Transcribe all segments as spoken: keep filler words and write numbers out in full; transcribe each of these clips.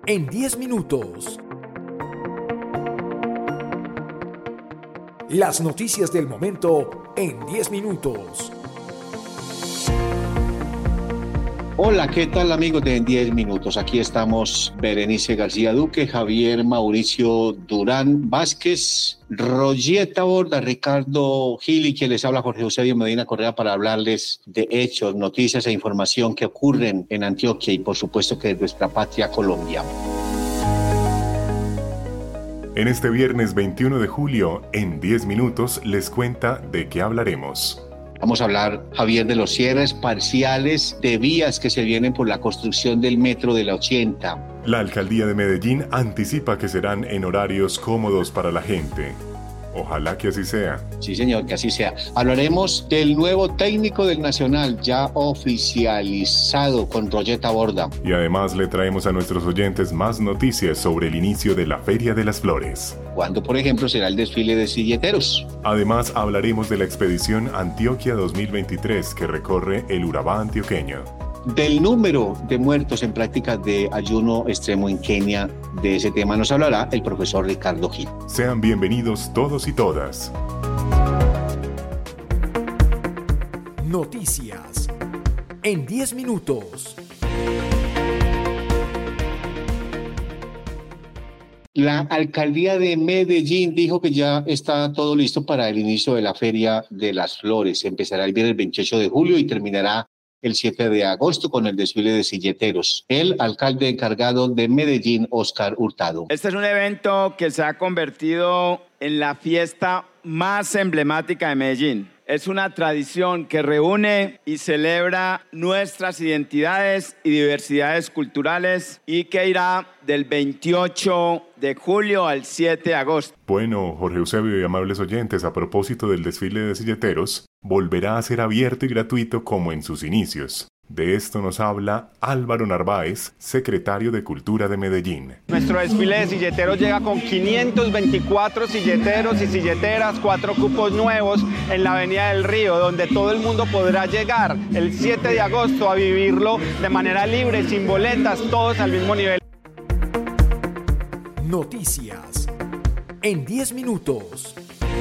en diez minutos. Las noticias del momento en diez minutos. Hola, ¿qué tal amigos de En diez minutos? Aquí estamos Berenice García Duque, Javier Mauricio Durán Vázquez, Royeta Borda, Ricardo Gil y quien les habla Jorge Eusebio Medina Correa para hablarles de hechos, noticias e información que ocurren en Antioquia y por supuesto que de nuestra patria Colombia. En este viernes veintiuno de julio, en diez minutos, les cuenta de qué hablaremos. Vamos a hablar, Javier, de los cierres parciales de vías que se vienen por la construcción del metro de la ochenta. La alcaldía de Medellín anticipa que serán en horarios cómodos para la gente. Ojalá que así sea. Sí, señor, que así sea. Hablaremos del nuevo técnico del Nacional, ya oficializado con Royeta Borda. Y además le traemos a nuestros oyentes más noticias sobre el inicio de la Feria de las Flores. Cuando, por ejemplo, será el desfile de silleteros. Además, hablaremos de la expedición Antioquia dos mil veintitrés que recorre el Urabá antioqueño. Del número de muertos en prácticas de ayuno extremo en Kenia. De ese tema nos hablará el profesor Ricardo Gil. Sean bienvenidos todos y todas. Noticias en diez minutos. La alcaldía de Medellín dijo que ya está todo listo para el inicio de la Feria de las Flores. Empezará el viernes veintiocho de julio y terminará el siete de agosto con el desfile de silleteros. El alcalde encargado de Medellín, Óscar Hurtado. Este es un evento que se ha convertido en la fiesta más emblemática de Medellín. Es una tradición que reúne y celebra nuestras identidades y diversidades culturales y que irá del veintiocho de julio al siete de agosto. Bueno, Jorge Eusebio y amables oyentes, a propósito del desfile de silleteros, volverá a ser abierto y gratuito como en sus inicios. De esto nos habla Álvaro Narváez, secretario de Cultura de Medellín. Nuestro desfile de silleteros llega con quinientos veinticuatro silleteros y silleteras, cuatro cupos nuevos en la Avenida del Río, donde todo el mundo podrá llegar el siete de agosto a vivirlo de manera libre, sin boletas, todos al mismo nivel. Noticias en diez minutos.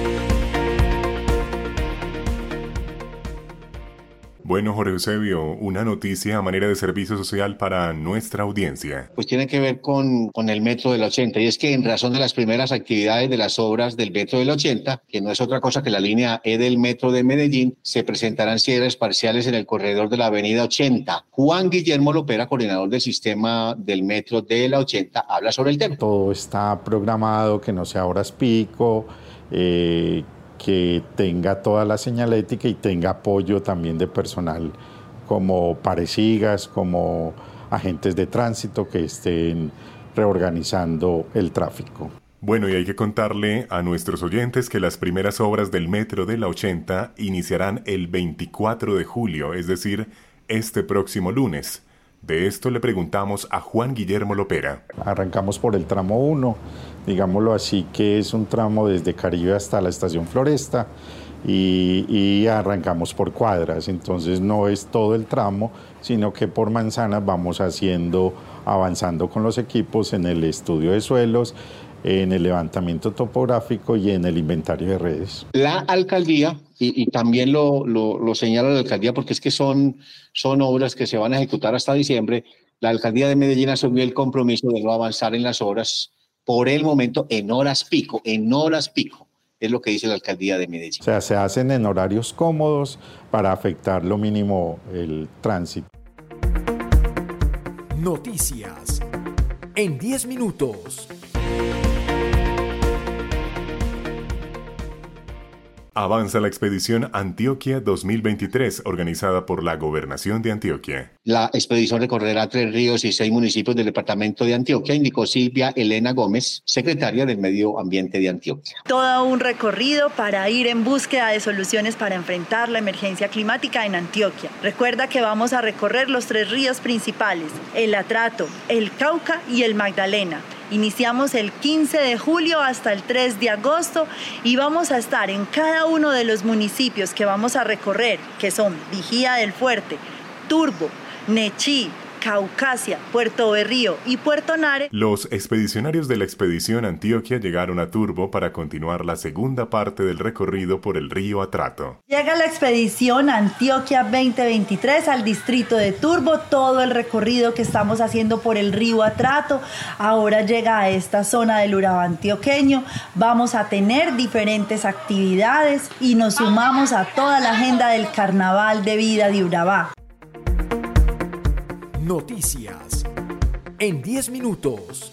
Bueno, Jorge Eusebio, una noticia a manera de servicio social para nuestra audiencia. Pues tiene que ver con, con el metro del ochenta, y es que en razón de las primeras actividades de las obras del metro del ochenta, que no es otra cosa que la línea E del metro de Medellín, se presentarán cierres parciales en el corredor de la avenida ochenta. Juan Guillermo Lopera, coordinador del sistema del metro de la ochenta, habla sobre el tema. Todo está programado, que no sea horas pico, eh, que tenga toda la señalética y tenga apoyo también de personal como parecigas, como agentes de tránsito que estén reorganizando el tráfico. Bueno, y hay que contarle a nuestros oyentes que las primeras obras del metro de la ochenta iniciarán el veinticuatro de julio, es decir, este próximo lunes. De esto le preguntamos a Juan Guillermo Lopera. Arrancamos por el tramo uno, digámoslo así, que es un tramo desde Caribe hasta la estación Floresta, y, y arrancamos por cuadras, entonces no es todo el tramo, sino que por manzanas vamos haciendo, avanzando con los equipos en el estudio de suelos, en el levantamiento topográfico y en el inventario de redes. La alcaldía, y, y también lo, lo, lo señala la alcaldía porque es que son, son obras que se van a ejecutar hasta diciembre, la alcaldía de Medellín asumió el compromiso de no avanzar en las obras por el momento en horas pico, en horas pico, es lo que dice la alcaldía de Medellín. O sea, se hacen en horarios cómodos para afectar lo mínimo el tránsito. Noticias en diez minutos. Avanza la expedición Antioquia dos mil veintitrés, organizada por la Gobernación de Antioquia. La expedición recorrerá tres ríos y seis municipios del departamento de Antioquia, indicó Silvia Elena Gómez, secretaria del Medio Ambiente de Antioquia. Todo un recorrido para ir en búsqueda de soluciones para enfrentar la emergencia climática en Antioquia. Recuerda que vamos a recorrer los tres ríos principales, el Atrato, el Cauca y el Magdalena. Iniciamos el quince de julio hasta el tres de agosto y vamos a estar en cada uno de los municipios que vamos a recorrer, que son Vigía del Fuerte, Turbo, Nechí, Caucasia, Puerto Berrío y Puerto Nare. Los expedicionarios de la expedición Antioquia llegaron a Turbo para continuar la segunda parte del recorrido por el río Atrato. Llega la expedición Antioquia veinte veintitrés al distrito de Turbo, todo el recorrido que estamos haciendo por el río Atrato. Ahora llega a esta zona del Urabá antioqueño. Vamos a tener diferentes actividades y nos sumamos a toda la agenda del Carnaval de Vida de Urabá. Noticias en diez minutos.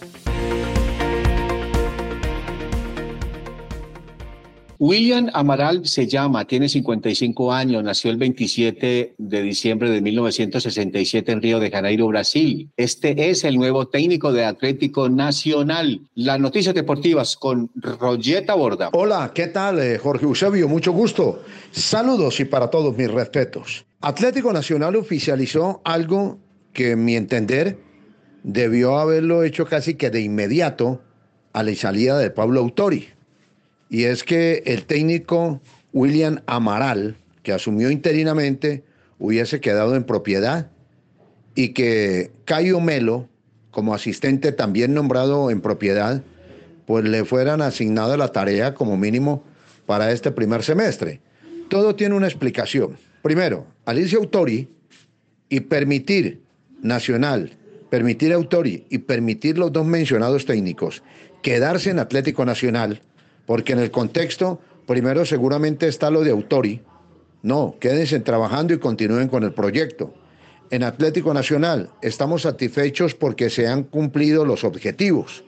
William Amaral se llama, tiene cincuenta y cinco años, nació el veintisiete de diciembre de mil novecientos sesenta y siete en Río de Janeiro, Brasil. Este es el nuevo técnico de Atlético Nacional. Las noticias deportivas con Roger Taborda. Hola, ¿qué tal, eh, Jorge Eusebio? Mucho gusto. Saludos y para todos mis respetos. Atlético Nacional oficializó algo que, en mi entender, debió haberlo hecho casi que de inmediato a la salida de Pablo Autori. Y es que el técnico William Amaral, que asumió interinamente, hubiese quedado en propiedad y que Caio Melo, como asistente también nombrado en propiedad, pues le fueran asignada la tarea como mínimo para este primer semestre. Todo tiene una explicación. Primero, al irse Autori y permitir Nacional, permitir Autori y permitir los dos mencionados técnicos quedarse en Atlético Nacional, porque en el contexto, primero seguramente está lo de Autori. No, quédense trabajando y continúen con el proyecto. En Atlético Nacional estamos satisfechos porque se han cumplido los objetivos.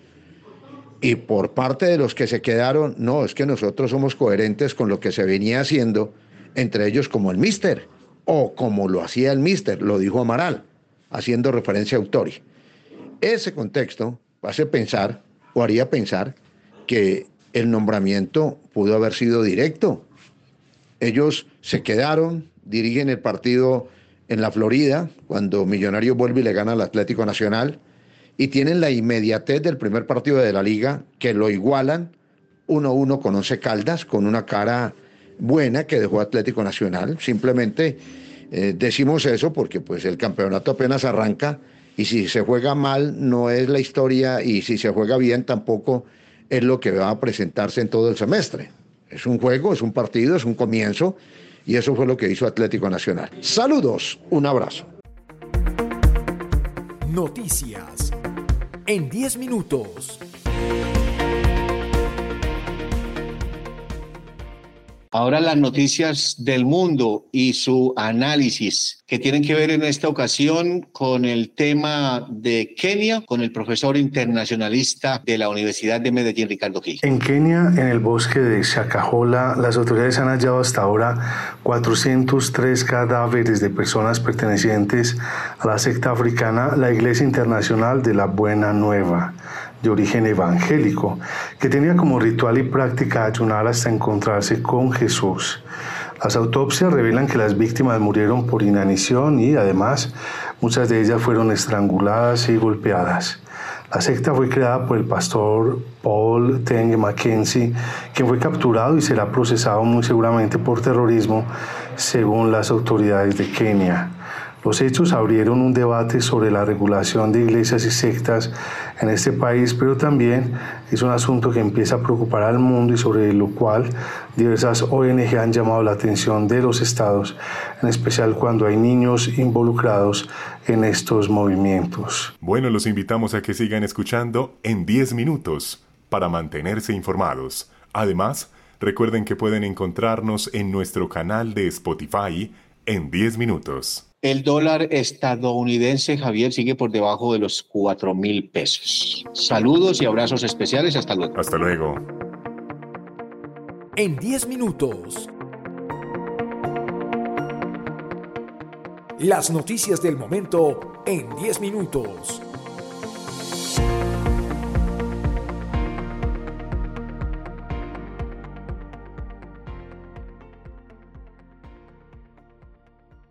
Y por parte de los que se quedaron, no, es que nosotros somos coherentes con lo que se venía haciendo, entre ellos como el míster, o como lo hacía el míster, lo dijo Amaral, haciendo referencia a Autori. Ese contexto hace pensar, o haría pensar, que el nombramiento pudo haber sido directo. Ellos se quedaron, dirigen el partido en la Florida, cuando Millonarios vuelve y le gana al Atlético Nacional, y tienen la inmediatez del primer partido de la Liga, que lo igualan uno a uno con Once Caldas, con una cara buena que dejó Atlético Nacional. Simplemente eh, decimos eso porque pues, el campeonato apenas arranca, y si se juega mal no es la historia, y si se juega bien tampoco es lo que va a presentarse en todo el semestre. Es un juego, es un partido, es un comienzo, y eso fue lo que hizo Atlético Nacional. Saludos, un abrazo. Noticias en diez minutos. Ahora las noticias del mundo y su análisis, que tienen que ver en esta ocasión con el tema de Kenia, con el profesor internacionalista de la Universidad de Medellín, Ricardo Gil. En Kenia, en el bosque de Shakahola, las autoridades han hallado hasta ahora cuatrocientos tres cadáveres de personas pertenecientes a la secta africana, la Iglesia Internacional de la Buena Nueva, de origen evangélico, que tenía como ritual y práctica ayunar hasta encontrarse con Jesús. Las autopsias revelan que las víctimas murieron por inanición y, además, muchas de ellas fueron estranguladas y golpeadas. La secta fue creada por el pastor Paul Tenge Mackenzie, quien fue capturado y será procesado muy seguramente por terrorismo, según las autoridades de Kenia. Los hechos abrieron un debate sobre la regulación de iglesias y sectas en este país, pero también es un asunto que empieza a preocupar al mundo y sobre lo cual diversas O N G han llamado la atención de los estados, en especial cuando hay niños involucrados en estos movimientos. Bueno, los invitamos a que sigan escuchando en diez minutos para mantenerse informados. Además, recuerden que pueden encontrarnos en nuestro canal de Spotify en diez minutos. El dólar estadounidense, Javier, sigue por debajo de los cuatro mil pesos. Saludos y abrazos especiales. Hasta luego. Hasta luego. En diez minutos. Las noticias del momento en diez minutos.